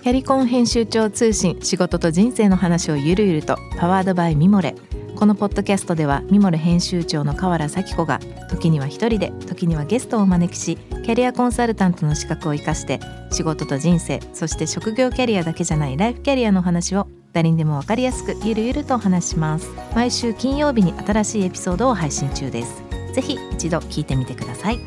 キャリコン編集長通信、仕事と人生の話をゆるゆると、パワードバイミモレ。このポッドキャストではミモレ編集長の河原咲子が時には一人で、時にはゲストをお招きし、キャリアコンサルタントの資格を生かして仕事と人生、そして職業キャリアだけじゃないライフキャリアの話を誰にでも分かりやすくゆるゆるとお話します。毎週金曜日に新しいエピソードを配信中です。ぜひ一度聞いてみてください。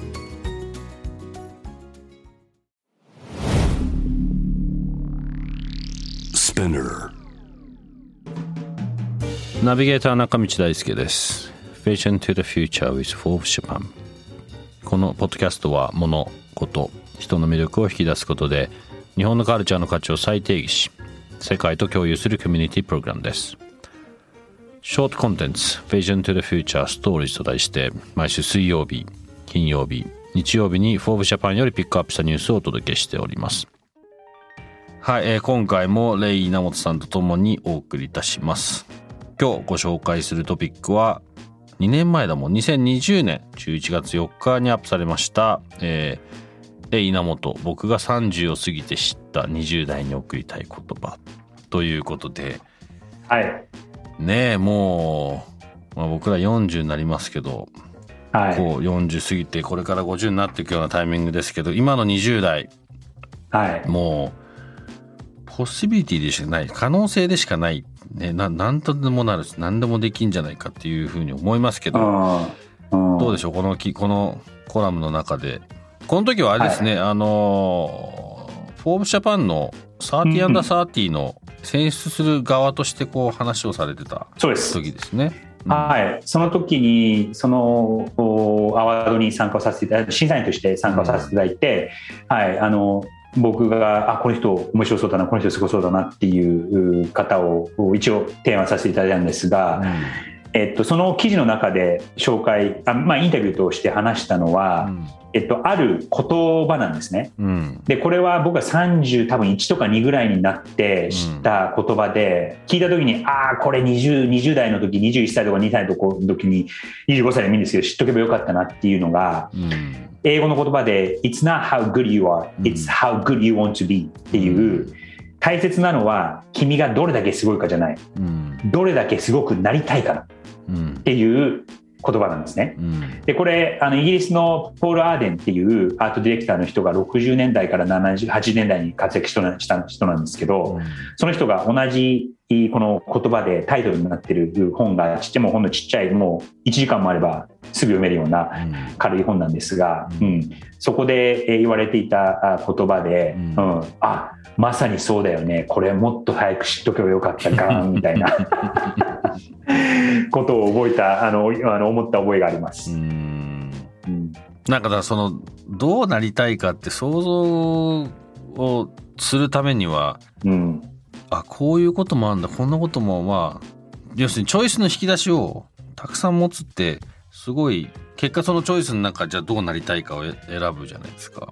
ナビゲーター中道大輔です。 Vision to the Future with Forbes Japan。 このポッドキャストは物、こと、人の魅力を引き出すことで日本のカルチャーの価値を再定義し、世界と共有するコミュニティプログラムです。ショートコンテンツ Vision to the Future Stories と題して、毎週水曜日、金曜日、日曜日に Forbes Japan よりピックアップしたニュースをお届けしております。はい、今回もレイ稲本さんとともにお送りいたします。今日ご紹介するトピックは2年前だもん、2020年11月4日にアップされました、レイ稲本、僕が30を過ぎて知った20代に送りたい言葉ということで、 はいねえ、もう、僕ら40になりますけど、 はい、 こう40過ぎてこれから50になっていくようなタイミングですけど、今の20代、 はい、 もうポッシビリティでしかない、可能性でしかない、ね、なんとでもなるし何でもできんじゃないかっていうふうに思いますけど、どうでしょう、このコラムの中で、この時はあれですね、はい、フォーブスジャパンの30 under 30の選出する側としてこう話をされてた時ですね。 はい、その時にそのアワードに参加をさせていただいて、審査員として参加をさせていただいて、はい、僕がこの人面白そうだな、この人すごそうだなっていう方を一応提案させていただいたんですが、その記事の中で紹介、インタビューとして話したのは、ある言葉なんですね。でこれは僕が30多分1とか2ぐらいになって知った言葉で、聞いた時にこれ 20代の時、21歳とか2歳の時に、25歳でもいいんですけど知っとけばよかったなっていうのが、英語の言葉で It's not how good you are, it's how good you want to be っていう、大切なのは君がどれだけすごいかじゃない、どれだけすごくなりたいかなっていう言葉なんですね。でこれイギリスのポール・アーデンっていうアートディレクターの人が60年代から80年代に活躍した人なんですけど、その人が同じこの言葉でタイトルになっている本がほんのちっちゃい、もう1時間もあればすぐ読めるような軽い本なんですが、そこで言われていた言葉で、まさにそうだよね、これもっと早く知っとけばよかったかみたいなことを思った覚えがあります。 なんかそのどうなりたいかって想像をするためには、こういうこともあるんだ、こんなことも、要するにチョイスの引き出しをたくさん持つって、すごい結果そのチョイスの中じゃあどうなりたいかを選ぶじゃないですか。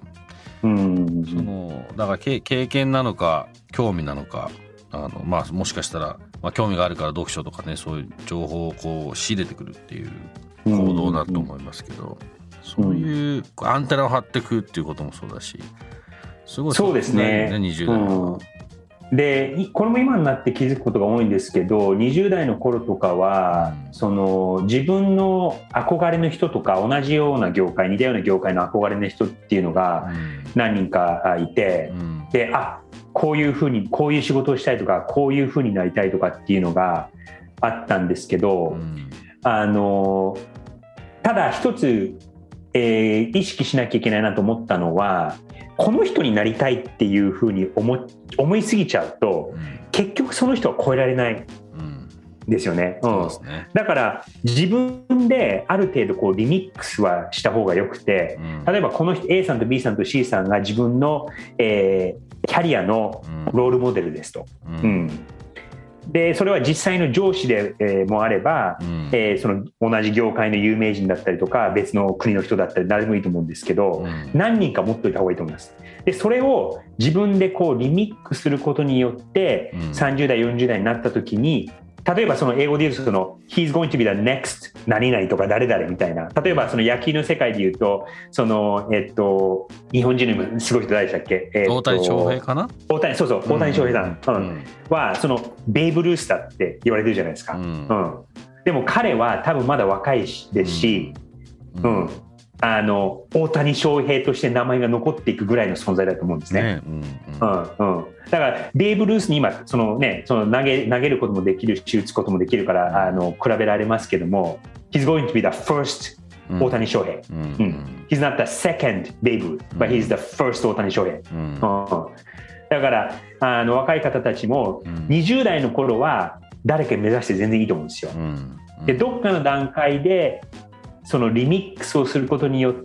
だから経験なのか興味なのか、もしかしたら、興味があるから読書とかね、そういう情報をこう仕入れてくるっていう行動だと思いますけど、そういうアンテナを張っていくっていうこともそうだし、すごいそうですね、 20代のでこれも今になって気づくことが多いんですけど、20代の頃とかは、その自分の憧れの人とか、同じような業界、似たような業界の憧れの人っていうのが何人かいて、でこういうふうに、こういう仕事をしたいとか、こういうふうになりたいとかっていうのがあったんですけど、ただ一つ、意識しなきゃいけないなと思ったのは、この人になりたいっていうふうに思いすぎちゃうと、結局その人は超えられないですよね。 そうですね。 だから自分である程度リミックスはした方がよくて、例えばこの人 A さんと B さんと C さんが自分の、キャリアのロールモデルですと、でそれは実際の上司で、もあれば、その同じ業界の有名人だったりとか、別の国の人だったり誰でもいいと思うんですけど、何人か持っといた方がいいと思います。でそれを自分でリミックスすることによって、30代40代になった時に例えばその英語で言うとその He's going to be the next 何々とか誰々みたいな、例えばその野球の世界で言うとその日本人のすごい人誰でしたっけ、 大谷翔平かな。 大谷翔平さん、はそのベーブ・ルースだって言われてるじゃないですか、でも彼は多分まだ若いですし、大谷翔平として名前が残っていくぐらいの存在だと思うんですね。だからベーブ・ルースに今その投げることもできるし打つこともできるから比べられますけども、 He's going to be the first 大谷翔平、He's not the second ベーブ、but he's the first 大谷翔平、だから若い方たちも20代の頃は誰か目指して全然いいと思うんですよ。でどっかの段階でそのリミックスをすることによって、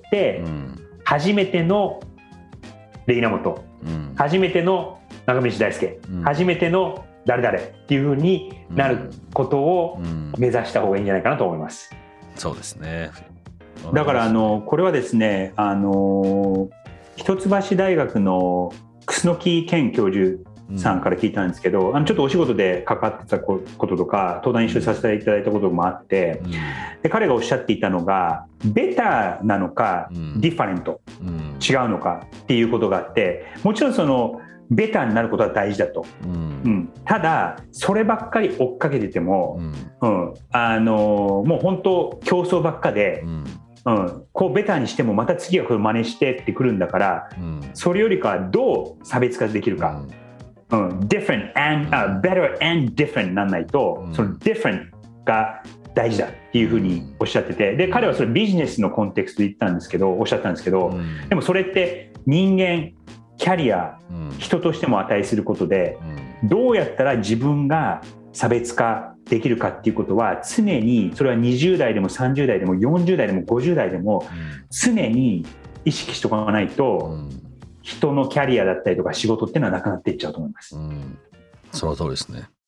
初めてのレイナモト、初めての中道大輔、初めての誰々っていう風になることを目指した方がいいんじゃないかなと思います。 そうですね。 だからこれはですね、一橋大学の楠木健教授さんから聞いたんですけど、ちょっとお仕事で関わってたこととか登壇一緒にさせていただいたこともあって、で彼がおっしゃっていたのがベターなのか、ディファレント、違うのかっていうことがあって、もちろんそのベターになることは大事だと、ただそればっかり追っかけてても、もう本当競争ばっかで、こうベターにしてもまた次はこれ真似してってくるんだから、それよりかはどう差別化できるか、different and better and different にならないと、その different が大事だっていうふうにおっしゃってて、で彼はそれビジネスのコンテクストで言ったんですけど、おっしゃったんですけど、でもそれって人間キャリア、人としても値することで、どうやったら自分が差別化できるかっていうことは、常にそれは20代でも30代でも40代でも50代でも常に意識しておかないと、人のキャリアだったりとか仕事っていうのはなくなっていっちゃうと思います。 その通りですね。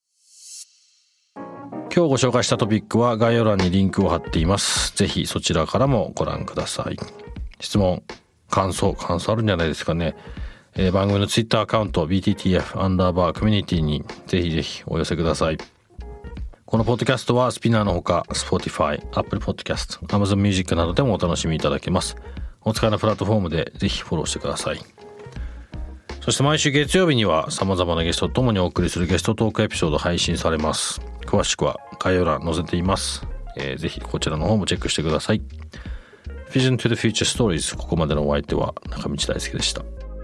今日ご紹介したトピックは概要欄にリンクを貼っています。ぜひそちらからもご覧ください。質問、感想あるんじゃないですかね。番組のツイッターアカウント BTTF_コミュニティにぜひぜひお寄せください。このポッドキャストはスピナーのほか Spotify、Apple Podcast、Amazon Music などでもお楽しみいただけます。お使いのプラットフォームでぜひフォローしてください。そして毎週月曜日には様々なゲストと共にお送りするゲストトークエピソード配信されます。詳しくは概要欄載せています。ぜひこちらの方もチェックしてください。Vision to the Future Stories、 ここまでのお相手は中道大輔でした。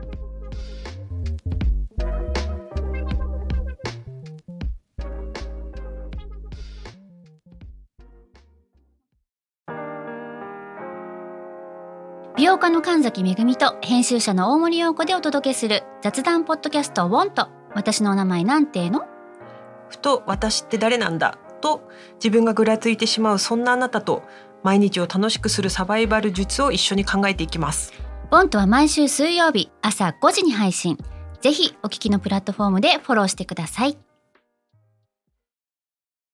美容家の神崎めぐみと編集者の大森洋子でお届けする雑談ポッドキャストウォンと、私のお名前なんての？ ふと私って誰なんだと自分がぐらついてしまう、そんなあなたと毎日を楽しくするサバイバル術を一緒に考えていきます。 ウォンとは毎週水曜日朝5時に配信。ぜひお聞きのプラットフォームでフォローしてください。